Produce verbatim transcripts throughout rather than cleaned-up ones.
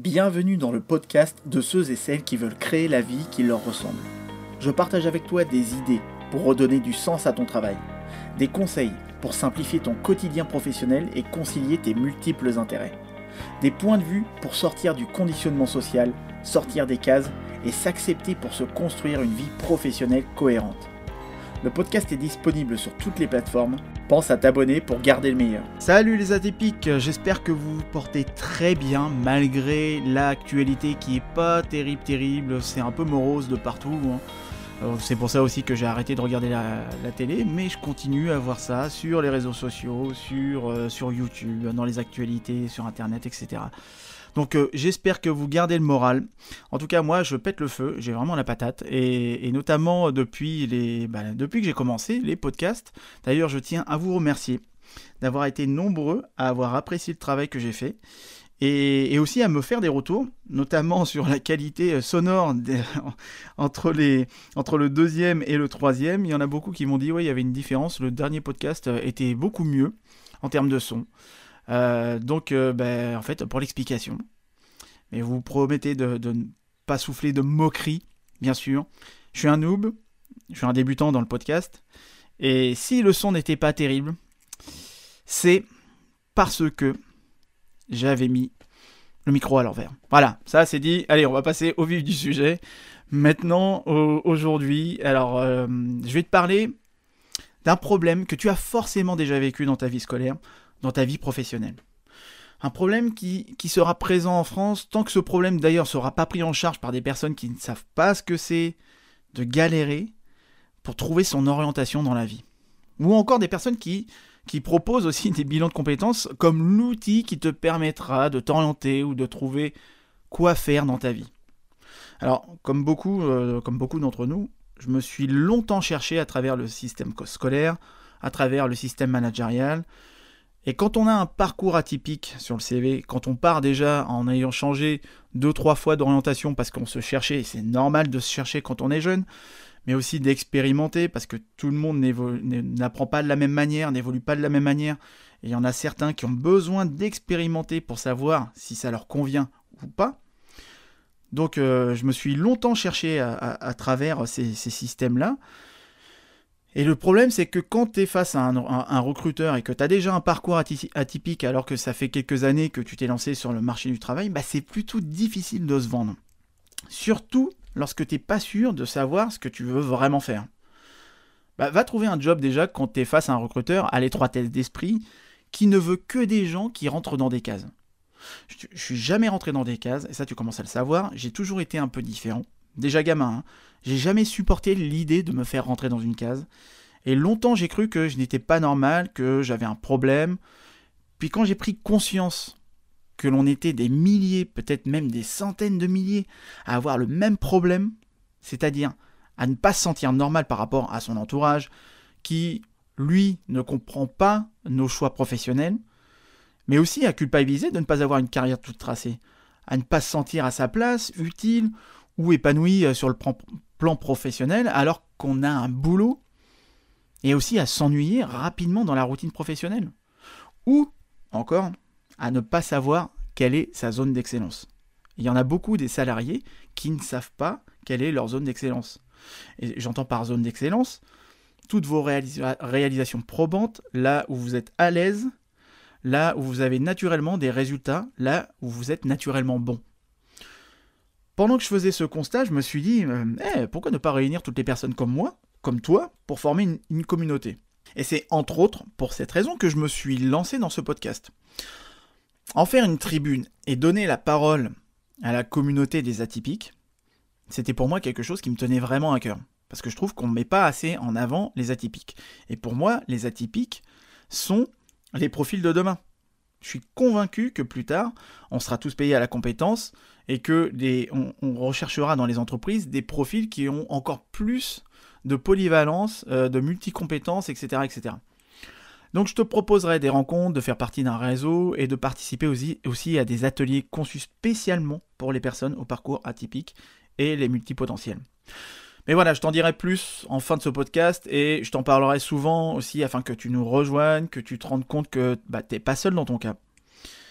Bienvenue dans le podcast de ceux et celles qui veulent créer la vie qui leur ressemble. Je partage avec toi des idées pour redonner du sens à ton travail, des conseils pour simplifier ton quotidien professionnel et concilier tes multiples intérêts, des points de vue pour sortir du conditionnement social, sortir des cases et s'accepter pour se construire une vie professionnelle cohérente. Le podcast est disponible sur toutes les plateformes. Pense à t'abonner pour garder le meilleur. Salut les atypiques, j'espère que vous vous portez très bien malgré l'actualité qui est pas terrible terrible, c'est un peu morose de partout. Hein. Alors, c'est pour ça aussi que j'ai arrêté de regarder la, la télé, mais je continue à voir ça sur les réseaux sociaux, sur, euh, sur YouTube, dans les actualités, sur internet, et cetera. Donc euh, j'espère que vous gardez le moral. En tout cas, moi, je pète le feu, j'ai vraiment la patate. Et, et notamment depuis, les, bah, depuis que j'ai commencé les podcasts. D'ailleurs, je tiens à vous remercier d'avoir été nombreux à avoir apprécié le travail que j'ai fait. Et, et aussi à me faire des retours, notamment sur la qualité sonore des, entre, les, entre le deuxième et le troisième. Il y en a beaucoup qui m'ont dit ouais, il y avait une différence. Le dernier podcast était beaucoup mieux en termes de son. Euh, donc, euh, ben, en fait, pour l'explication, mais vous promettez de, de ne pas souffler de moquerie, bien sûr. Je suis un noob, je suis un débutant dans le podcast, et si le son n'était pas terrible, c'est parce que j'avais mis le micro à l'envers. Voilà, ça c'est dit. Allez, on va passer au vif du sujet. Maintenant, au, aujourd'hui, alors, euh, je vais te parler d'un problème que tu as forcément déjà vécu dans ta vie scolaire, dans ta vie professionnelle. Un problème qui, qui sera présent en France tant que ce problème d'ailleurs ne sera pas pris en charge par des personnes qui ne savent pas ce que c'est de galérer pour trouver son orientation dans la vie. Ou encore des personnes qui, qui proposent aussi des bilans de compétences comme l'outil qui te permettra de t'orienter ou de trouver quoi faire dans ta vie. Alors, comme beaucoup, euh, comme beaucoup d'entre nous, je me suis longtemps cherché à travers le système scolaire, à travers le système managérial. Et quand on a un parcours atypique sur le C V, quand on part déjà en ayant changé deux, trois fois d'orientation parce qu'on se cherchait, et c'est normal de se chercher quand on est jeune, mais aussi d'expérimenter parce que tout le monde n'apprend pas de la même manière, n'évolue pas de la même manière. Et il y en a certains qui ont besoin d'expérimenter pour savoir si ça leur convient ou pas. Donc euh, je me suis longtemps cherché à, à, à travers ces, ces systèmes-là. Et le problème, c'est que quand tu es face à un, un, un recruteur et que tu as déjà un parcours atypique alors que ça fait quelques années que tu t'es lancé sur le marché du travail, bah c'est plutôt difficile de se vendre. Surtout lorsque tu n'es pas sûr de savoir ce que tu veux vraiment faire. Bah, va trouver un job déjà quand tu es face à un recruteur à l'étroitesse d'esprit qui ne veut que des gens qui rentrent dans des cases. Je ne suis jamais rentré dans des cases, et ça tu commences à le savoir, j'ai toujours été un peu différent. Déjà gamin, hein, j'ai jamais supporté l'idée de me faire rentrer dans une case. Et longtemps j'ai cru que je n'étais pas normal, que j'avais un problème. Puis quand j'ai pris conscience que l'on était des milliers, peut-être même des centaines de milliers, à avoir le même problème, c'est-à-dire à ne pas se sentir normal par rapport à son entourage, qui, lui, ne comprend pas nos choix professionnels, mais aussi à culpabiliser de ne pas avoir une carrière toute tracée, à ne pas se sentir à sa place, utile, ou épanoui sur le plan professionnel alors qu'on a un boulot, et aussi à s'ennuyer rapidement dans la routine professionnelle. Ou, encore, à ne pas savoir quelle est sa zone d'excellence. Il y en a beaucoup des salariés qui ne savent pas quelle est leur zone d'excellence. Et j'entends par zone d'excellence toutes vos réalisa- réalisations probantes, là où vous êtes à l'aise, là où vous avez naturellement des résultats, là où vous êtes naturellement bon. Pendant que je faisais ce constat, je me suis dit, euh, hey, pourquoi ne pas réunir toutes les personnes comme moi, comme toi, pour former une, une communauté ? Et c'est entre autres pour cette raison que je me suis lancé dans ce podcast. En faire une tribune et donner la parole à la communauté des atypiques, c'était pour moi quelque chose qui me tenait vraiment à cœur. Parce que je trouve qu'on ne met pas assez en avant les atypiques. Et pour moi, les atypiques sont les profils de demain. Je suis convaincu que plus tard, on sera tous payés à la compétence et que les, on, on recherchera dans les entreprises des profils qui ont encore plus de polyvalence, euh, de multicompétences, et cetera, et cetera. Donc je te proposerai des rencontres, de faire partie d'un réseau et de participer aussi, aussi à des ateliers conçus spécialement pour les personnes au parcours atypique et les multipotentiels. Mais voilà, je t'en dirai plus en fin de ce podcast et je t'en parlerai souvent aussi afin que tu nous rejoignes, que tu te rendes compte que bah, tu n'es pas seul dans ton cas.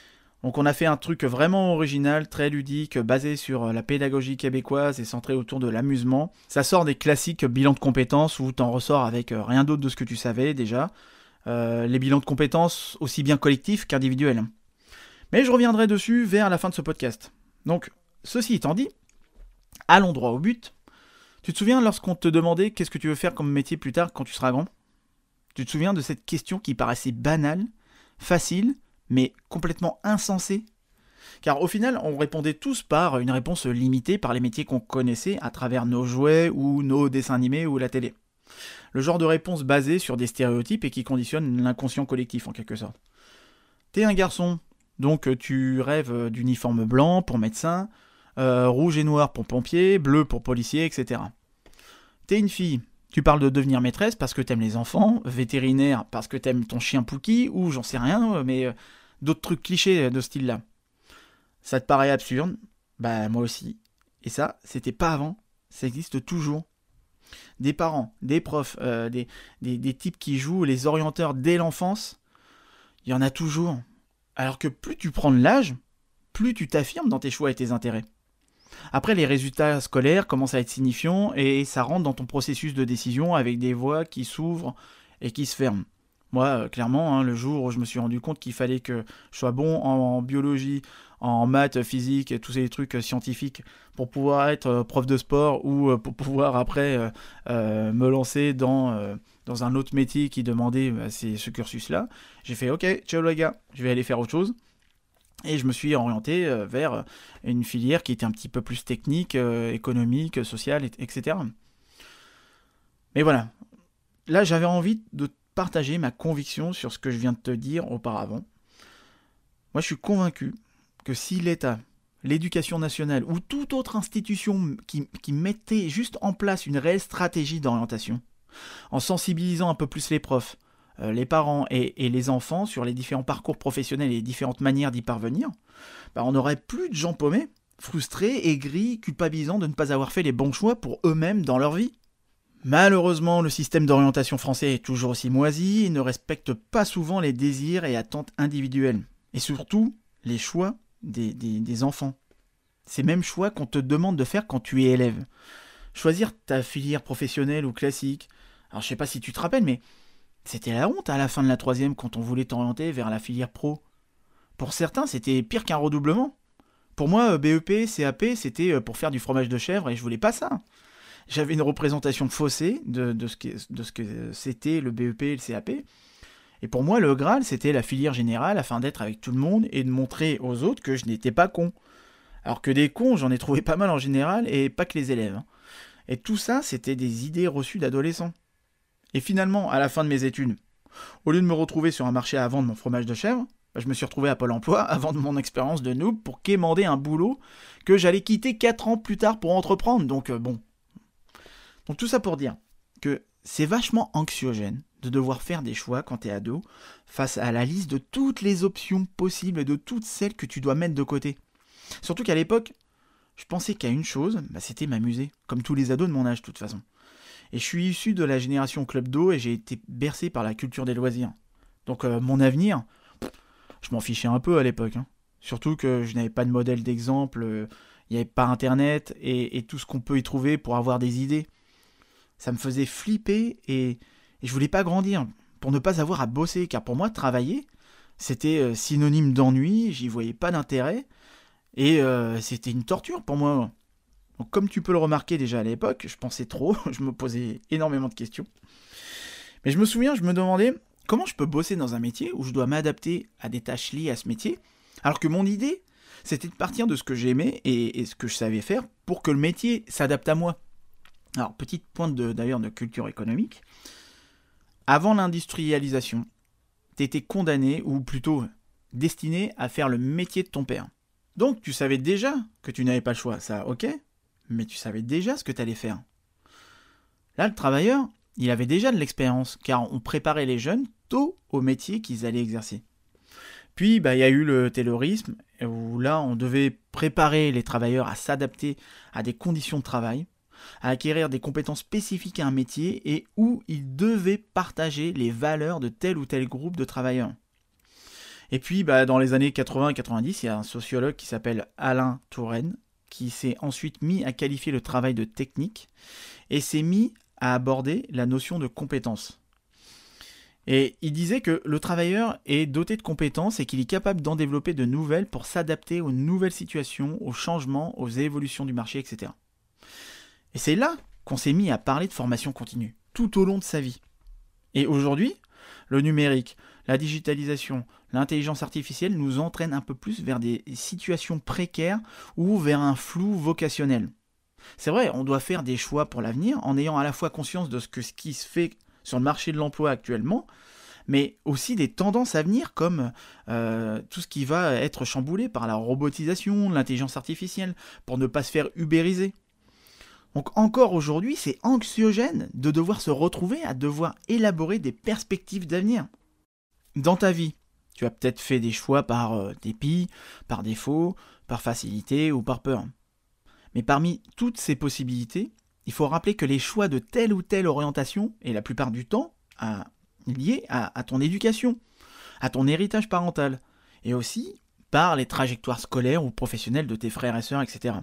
Donc on a fait un truc vraiment original, très ludique, basé sur la pédagogie québécoise et centré autour de l'amusement. Ça sort des classiques bilans de compétences où t'en ressors avec rien d'autre de ce que tu savais déjà. Euh, les bilans de compétences aussi bien collectifs qu'individuels. Mais je reviendrai dessus vers la fin de ce podcast. Donc, ceci étant dit, allons droit au but. Tu te souviens lorsqu'on te demandait qu'est-ce que tu veux faire comme métier plus tard quand tu seras grand ? Tu te souviens de cette question qui paraissait banale, facile, mais complètement insensé. Car au final, on répondait tous par une réponse limitée par les métiers qu'on connaissait à travers nos jouets ou nos dessins animés ou la télé. Le genre de réponse basée sur des stéréotypes et qui conditionne l'inconscient collectif en quelque sorte. T'es un garçon, donc tu rêves d'uniforme blanc pour médecin, euh, rouge et noir pour pompier, bleu pour policier, et cetera. T'es une fille. Tu parles de devenir maîtresse parce que t'aimes les enfants, vétérinaire parce que t'aimes ton chien Pookie, ou j'en sais rien, mais euh, d'autres trucs clichés de ce style-là. Ça te paraît absurde ? Bah moi aussi. Et ça, c'était pas avant, ça existe toujours. Des parents, des profs, euh, des, des, des types qui jouent les orienteurs dès l'enfance, il y en a toujours. Alors que plus tu prends de l'âge, plus tu t'affirmes dans tes choix et tes intérêts. Après, les résultats scolaires commencent à être signifiants et ça rentre dans ton processus de décision avec des voies qui s'ouvrent et qui se ferment. Moi, euh, clairement, hein, le jour où je me suis rendu compte qu'il fallait que je sois bon en, en biologie, en maths, physique, et tous ces trucs euh, scientifiques pour pouvoir être euh, prof de sport ou euh, pour pouvoir après euh, euh, me lancer dans, euh, dans un autre métier qui demandait euh, ces, ce cursus-là, j'ai fait « Ok, ciao les gars, je vais aller faire autre chose ». Et je me suis orienté euh, vers une filière qui était un petit peu plus technique, euh, économique, sociale, et cetera. Mais voilà, là j'avais envie de partager ma conviction sur ce que je viens de te dire auparavant. Moi je suis convaincu que si l'État, l'éducation nationale ou toute autre institution qui, qui mettait juste en place une réelle stratégie d'orientation, en sensibilisant un peu plus les profs, euh, les parents et, et les enfants sur les différents parcours professionnels et les différentes manières d'y parvenir, bah on n'aurait plus de gens paumés, frustrés, aigris, culpabilisants de ne pas avoir fait les bons choix pour eux-mêmes dans leur vie. Malheureusement, le système d'orientation français est toujours aussi moisi et ne respecte pas souvent les désirs et attentes individuelles. Et surtout, les choix des, des, des enfants. Ces mêmes choix qu'on te demande de faire quand tu es élève. Choisir ta filière professionnelle ou classique. Alors je sais pas si tu te rappelles, mais c'était la honte à la fin de la troisième quand on voulait t'orienter vers la filière pro. Pour certains, c'était pire qu'un redoublement. Pour moi, B E P, C A P, c'était pour faire du fromage de chèvre et je voulais pas ça. J'avais une représentation faussée de, de, ce que, de ce que c'était le B E P et le C A P. Et pour moi, le Graal, c'était la filière générale afin d'être avec tout le monde et de montrer aux autres que je n'étais pas con. Alors que des cons, j'en ai trouvé pas mal en général et pas que les élèves. Et tout ça, c'était des idées reçues d'adolescents. Et finalement, à la fin de mes études, au lieu de me retrouver sur un marché à vendre mon fromage de chèvre, je me suis retrouvé à Pôle emploi à vendre mon expérience de noob pour quémander un boulot que j'allais quitter quatre ans plus tard pour entreprendre. Donc euh, bon. Donc tout ça pour dire que c'est vachement anxiogène de devoir faire des choix quand t'es ado face à la liste de toutes les options possibles et de toutes celles que tu dois mettre de côté. Surtout qu'à l'époque, je pensais qu'à une chose, bah, c'était m'amuser, comme tous les ados de mon âge de toute façon. Et je suis issu de la génération Club d'eau et j'ai été bercé par la culture des loisirs. Donc euh, mon avenir, pff, je m'en fichais un peu à l'époque. Hein. Surtout que je n'avais pas de modèle d'exemple, il euh, n'y avait pas internet et, et tout ce qu'on peut y trouver pour avoir des idées. Ça me faisait flipper et, et je voulais pas grandir pour ne pas avoir à bosser. Car pour moi, travailler, c'était euh, synonyme d'ennui, j'y voyais pas d'intérêt. Et euh, c'était une torture pour moi. Donc comme tu peux le remarquer déjà à l'époque, je pensais trop, je me posais énormément de questions. Mais je me souviens, je me demandais comment je peux bosser dans un métier où je dois m'adapter à des tâches liées à ce métier, alors que mon idée, c'était de partir de ce que j'aimais et, et ce que je savais faire pour que le métier s'adapte à moi. Alors, petite pointe de, d'ailleurs de culture économique. Avant l'industrialisation, tu étais condamné, ou plutôt destiné à faire le métier de ton père. Donc, tu savais déjà que tu n'avais pas le choix, ça, ok, mais tu savais déjà ce que tu allais faire. Là, le travailleur, il avait déjà de l'expérience, car on préparait les jeunes tôt au métier qu'ils allaient exercer. Puis, bah, il y a eu le taylorisme, où là, on devait préparer les travailleurs à s'adapter à des conditions de travail, à acquérir des compétences spécifiques à un métier et où ils devaient partager les valeurs de tel ou tel groupe de travailleurs. Et puis, bah, dans les années quatre-vingts et quatre-vingt-dix, il y a un sociologue qui s'appelle Alain Touraine, qui s'est ensuite mis à qualifier le travail de technique et s'est mis à aborder la notion de compétence. Et il disait que le travailleur est doté de compétences et qu'il est capable d'en développer de nouvelles pour s'adapter aux nouvelles situations, aux changements, aux évolutions du marché, et cetera. Et c'est là qu'on s'est mis à parler de formation continue, tout au long de sa vie. Et aujourd'hui, le numérique, la digitalisation, l'intelligence artificielle nous entraînent un peu plus vers des situations précaires ou vers un flou vocationnel. C'est vrai, on doit faire des choix pour l'avenir en ayant à la fois conscience de ce, que, ce qui se fait sur le marché de l'emploi actuellement, mais aussi des tendances à venir comme euh, tout ce qui va être chamboulé par la robotisation, l'intelligence artificielle, pour ne pas se faire ubériser. Donc encore aujourd'hui, c'est anxiogène de devoir se retrouver à devoir élaborer des perspectives d'avenir. Dans ta vie, tu as peut-être fait des choix par euh, dépit, par défaut, par facilité ou par peur. Mais parmi toutes ces possibilités, il faut rappeler que les choix de telle ou telle orientation, et la plupart du temps, à, liés à, à ton éducation, à ton héritage parental, et aussi par les trajectoires scolaires ou professionnelles de tes frères et sœurs, et cetera.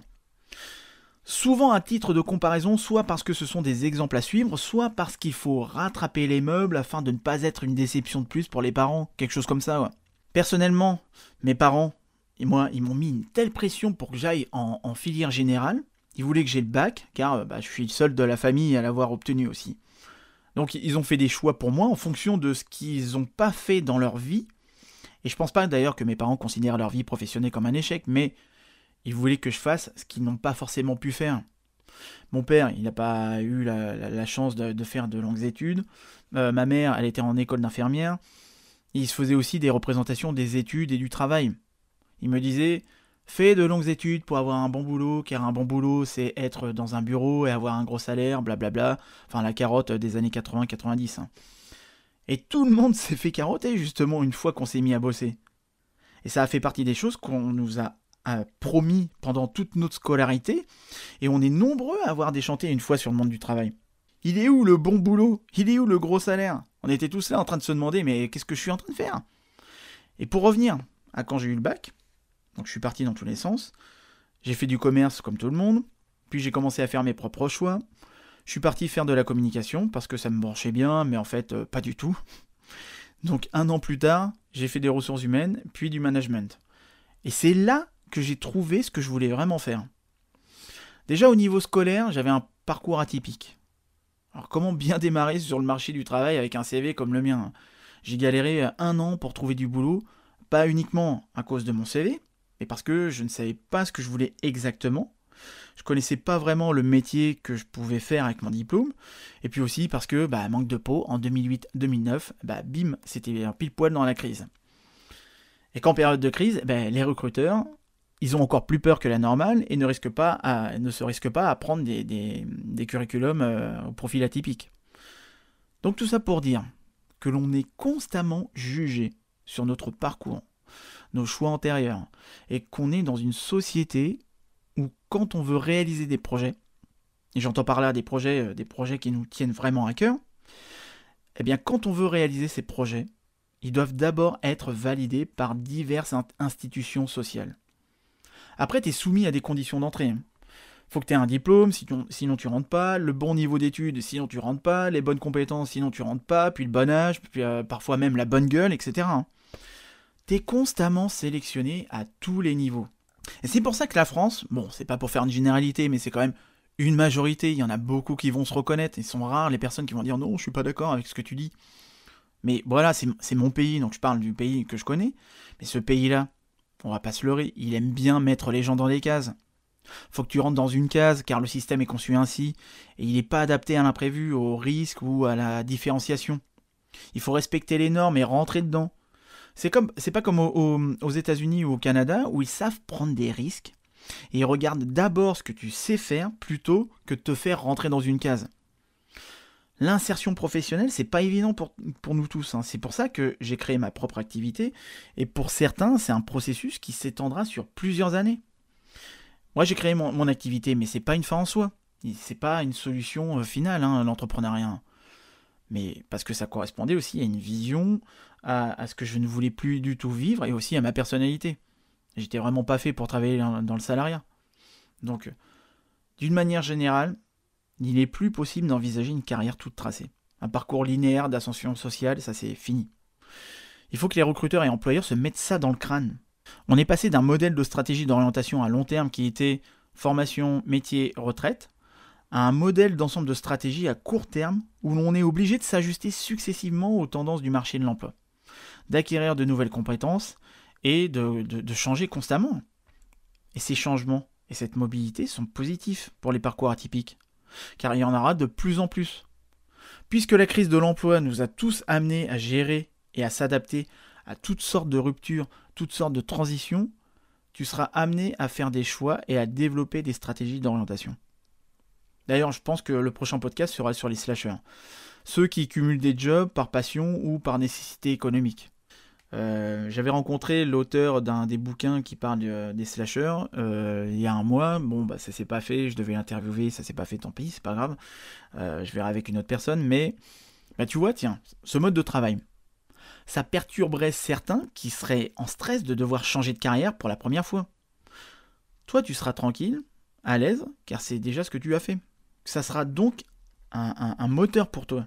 Souvent à titre de comparaison, soit parce que ce sont des exemples à suivre, soit parce qu'il faut rattraper les meubles afin de ne pas être une déception de plus pour les parents, quelque chose comme ça. Ouais. Personnellement, mes parents, et moi, ils m'ont mis une telle pression pour que j'aille en, en filière générale. Ils voulaient que j'ai le bac, car bah, je suis le seul de la famille à l'avoir obtenu aussi. Donc ils ont fait des choix pour moi en fonction de ce qu'ils n'ont pas fait dans leur vie. Et je pense pas d'ailleurs que mes parents considèrent leur vie professionnelle comme un échec, mais ils voulaient que je fasse ce qu'ils n'ont pas forcément pu faire. Mon père, il n'a pas eu la, la, la chance de, de faire de longues études. Euh, ma mère, elle était en école d'infirmière. Il se faisait aussi des représentations des études et du travail. Il me disait... Fais de longues études pour avoir un bon boulot, car un bon boulot, c'est être dans un bureau et avoir un gros salaire, blablabla. Enfin, la carotte des années quatre-vingts quatre-vingt-dix. Hein. Et tout le monde s'est fait carotter, justement, une fois qu'on s'est mis à bosser. Et ça a fait partie des choses qu'on nous a, a promis pendant toute notre scolarité, et on est nombreux à avoir déchanté une fois sur le monde du travail. Il est où le bon boulot ? Il est où le gros salaire ? On était tous là en train de se demander, mais qu'est-ce que je suis en train de faire ? Et pour revenir à quand j'ai eu le bac, donc je suis parti dans tous les sens. J'ai fait du commerce comme tout le monde. Puis j'ai commencé à faire mes propres choix. Je suis parti faire de la communication parce que ça me branchait bien, mais en fait, euh, pas du tout. Donc un an plus tard, j'ai fait des ressources humaines, puis du management. Et c'est là que j'ai trouvé ce que je voulais vraiment faire. Déjà au niveau scolaire, j'avais un parcours atypique. Alors comment bien démarrer sur le marché du travail avec un C V comme le mien ? J'ai galéré un an pour trouver du boulot, pas uniquement à cause de mon C V, mais parce que je ne savais pas ce que je voulais exactement. Je connaissais pas vraiment le métier que je pouvais faire avec mon diplôme. Et puis aussi parce que, bah, manque de peau, en deux mille huit deux mille neuf, bah, bim, c'était un pile poil dans la crise. Et qu'en période de crise, bah, les recruteurs, ils ont encore plus peur que la normale et ne, risquent pas à, ne se risquent pas à prendre des, des, des curriculums euh, au profil atypique. Donc tout ça pour dire que l'on est constamment jugé sur notre parcours, nos choix antérieurs, et qu'on est dans une société où quand on veut réaliser des projets, et j'entends par là des projets, des projets qui nous tiennent vraiment à cœur, eh bien quand on veut réaliser ces projets, ils doivent d'abord être validés par diverses institutions sociales. Après, tu es soumis à des conditions d'entrée. Faut que tu aies un diplôme, sinon tu rentres pas, le bon niveau d'études, sinon tu rentres pas, les bonnes compétences, sinon tu rentres pas, puis le bon âge, puis euh, parfois même la bonne gueule, et cetera. T'es constamment sélectionné à tous les niveaux. Et c'est pour ça que la France, bon, c'est pas pour faire une généralité, mais c'est quand même une majorité, il y en a beaucoup qui vont se reconnaître, ils sont rares les personnes qui vont dire non, je suis pas d'accord avec ce que tu dis. Mais voilà, c'est, c'est mon pays, donc je parle du pays que je connais, mais ce pays-là, on va pas se leurrer, il aime bien mettre les gens dans des cases. Faut que tu rentres dans une case, car le système est conçu ainsi, et il n'est pas adapté à l'imprévu, au risque ou à la différenciation. Il faut respecter les normes et rentrer dedans. C'est comme, c'est pas comme au, au, aux États-Unis ou au Canada où ils savent prendre des risques et ils regardent d'abord ce que tu sais faire plutôt que de te faire rentrer dans une case. L'insertion professionnelle, c'est pas évident pour, pour nous tous. Hein. C'est pour ça que j'ai créé ma propre activité et pour certains, c'est un processus qui s'étendra sur plusieurs années. Moi, j'ai créé mon, mon activité, mais c'est pas une fin en soi. C'est pas une solution finale, hein, l'entrepreneuriat. mais parce que ça correspondait aussi à une vision, à, à ce que je ne voulais plus du tout vivre, et aussi à ma personnalité. J'étais vraiment pas fait pour travailler dans, dans le salariat. Donc, d'une manière générale, il n'est plus possible d'envisager une carrière toute tracée. Un parcours linéaire d'ascension sociale, ça c'est fini. Il faut que les recruteurs et employeurs se mettent ça dans le crâne. On est passé d'un modèle de stratégie d'orientation à long terme qui était formation, métier, retraite, à un modèle d'ensemble de stratégie à court terme où l'on est obligé de s'ajuster successivement aux tendances du marché de l'emploi, d'acquérir de nouvelles compétences et de, de, de changer constamment. Et ces changements et cette mobilité sont positifs pour les parcours atypiques, car il y en aura de plus en plus. Puisque la crise de l'emploi nous a tous amenés à gérer et à s'adapter à toutes sortes de ruptures, toutes sortes de transitions, tu seras amené à faire des choix et à développer des stratégies d'orientation. D'ailleurs, je pense que le prochain podcast sera sur les slashers. Ceux qui cumulent des jobs par passion ou par nécessité économique. Euh, j'avais rencontré l'auteur d'un des bouquins qui parle euh, des slashers euh, il y a un mois. Bon, bah, ça s'est pas fait, je devais l'interviewer, ça s'est pas fait, tant pis, c'est pas grave. Euh, je verrai avec une autre personne, mais bah, tu vois, tiens, ce mode de travail, ça perturberait certains qui seraient en stress de devoir changer de carrière pour la première fois. Toi, tu seras tranquille, à l'aise, car c'est déjà ce que tu as fait. Ça sera donc un, un, un moteur pour toi.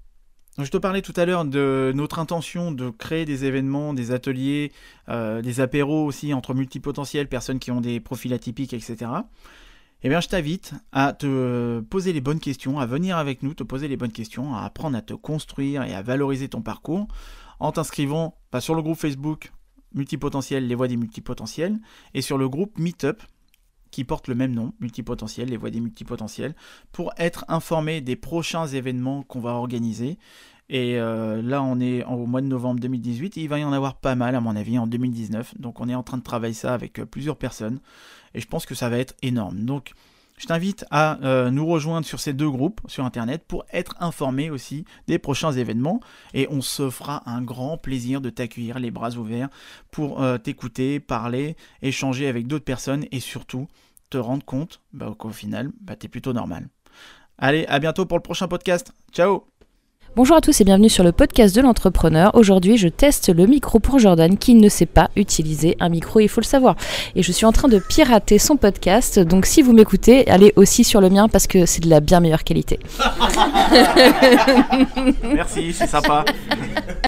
Je te parlais tout à l'heure de notre intention de créer des événements, des ateliers, euh, des apéros aussi entre multipotentiels, personnes qui ont des profils atypiques, et cetera. Eh bien, je t'invite à te poser les bonnes questions, à venir avec nous, te poser les bonnes questions, à apprendre à te construire et à valoriser ton parcours en t'inscrivant bah, sur le groupe Facebook Multipotentiel, les voix des multipotentiels, et sur le groupe Meetup, qui porte le même nom, Multipotentiel, les voix des multipotentiels, pour être informé des prochains événements qu'on va organiser. Et euh, là, on est au mois de novembre deux mille dix-huit, et il va y en avoir pas mal, à mon avis, en deux mille dix-neuf. Donc, on est en train de travailler ça avec euh, plusieurs personnes, et je pense que ça va être énorme. Donc, je t'invite à euh, nous rejoindre sur ces deux groupes sur Internet pour être informé aussi des prochains événements, et on se fera un grand plaisir de t'accueillir les bras ouverts pour euh, t'écouter, parler, échanger avec d'autres personnes, et surtout te rendre compte bah, qu'au final, bah, t'es plutôt normal. Allez, à bientôt pour le prochain podcast. Ciao! Bonjour à tous et bienvenue sur le podcast de l'entrepreneur. Aujourd'hui, je teste le micro pour Jordan qui ne sait pas utiliser un micro, il faut le savoir. Et je suis en train de pirater son podcast, donc si vous m'écoutez, allez aussi sur le mien parce que c'est de la bien meilleure qualité. Merci, c'est sympa.